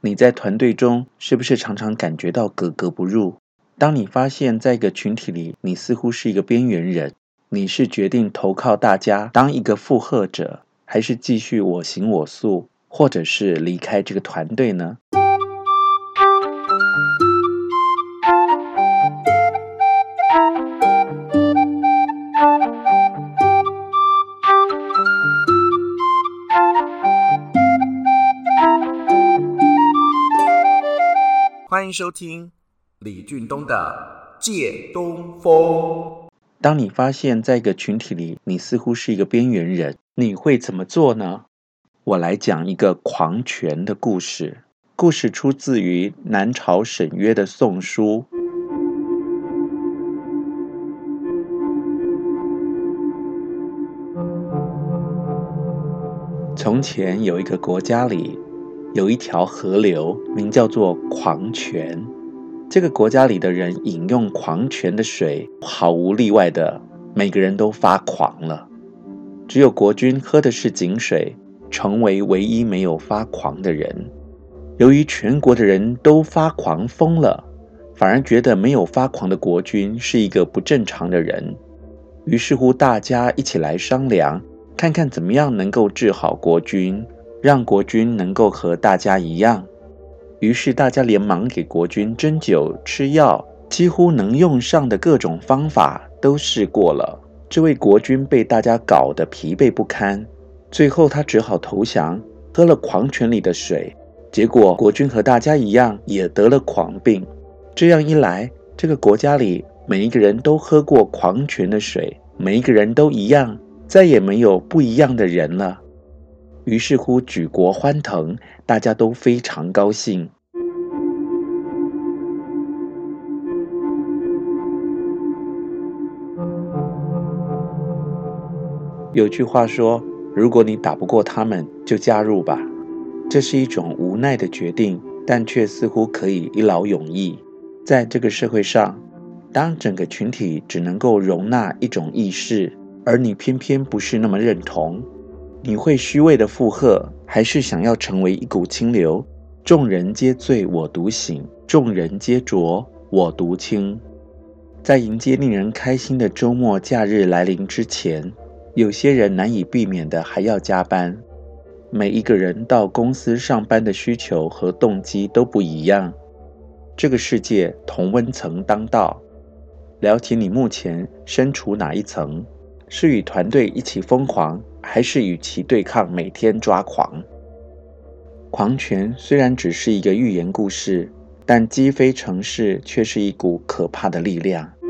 你在团队中是不是常常感觉到格格不入？当你发现在一个群体里，你似乎是一个边缘人，你是决定投靠大家当一个附和者，还是继续我行我素，或者是离开这个团队呢？ 欢迎收听李俊东的借东风。 当你发现在一个群体里，你似乎是一个边缘人，你会怎么做呢？我来讲一个狂犬的故事。故事出自于南朝沈约的《宋书》。从前有一个国家里，有一条河流，名叫做狂泉。这个国家里的人饮用狂泉的水，毫无例外的，每个人都发狂了。只有国君喝的是井水，成为唯一没有发狂的人。由于全国的人都发狂疯了，反而觉得没有发狂的国君是一个不正常的人。于是乎，大家一起来商量，看看怎么样能够治好国君，让国君能够和大家一样。于是大家连忙给国君针灸、吃药，几乎能用上的各种方法都试过了。这位国君被大家搞得疲惫不堪，最后他只好投降，喝了狂泉里的水。结果国君和大家一样，也得了狂病。这样一来，这个国家里每一个人都喝过狂泉的水，每一个人都一样，再也没有不一样的人了。于是乎举国欢腾，大家都非常高兴。有句话说，如果你打不过他们，就加入吧。这是一种无奈的决定，但却似乎可以一劳永逸。在这个社会上，当整个群体只能够容纳一种意识，而你偏偏不是那么认同，你会虚伪的附和，还是想要成为一股清流？众人皆醉我独醒，众人皆浊我独清。在迎接令人开心的周末假日来临之前，有些人难以避免的还要加班。每一个人到公司上班的需求和动机都不一样。这个世界同温层当道，了解你目前身处哪一层，是与团队一起疯狂，还是与其对抗每天抓狂？狂犬虽然只是一个寓言故事，但击飞城市却是一股可怕的力量。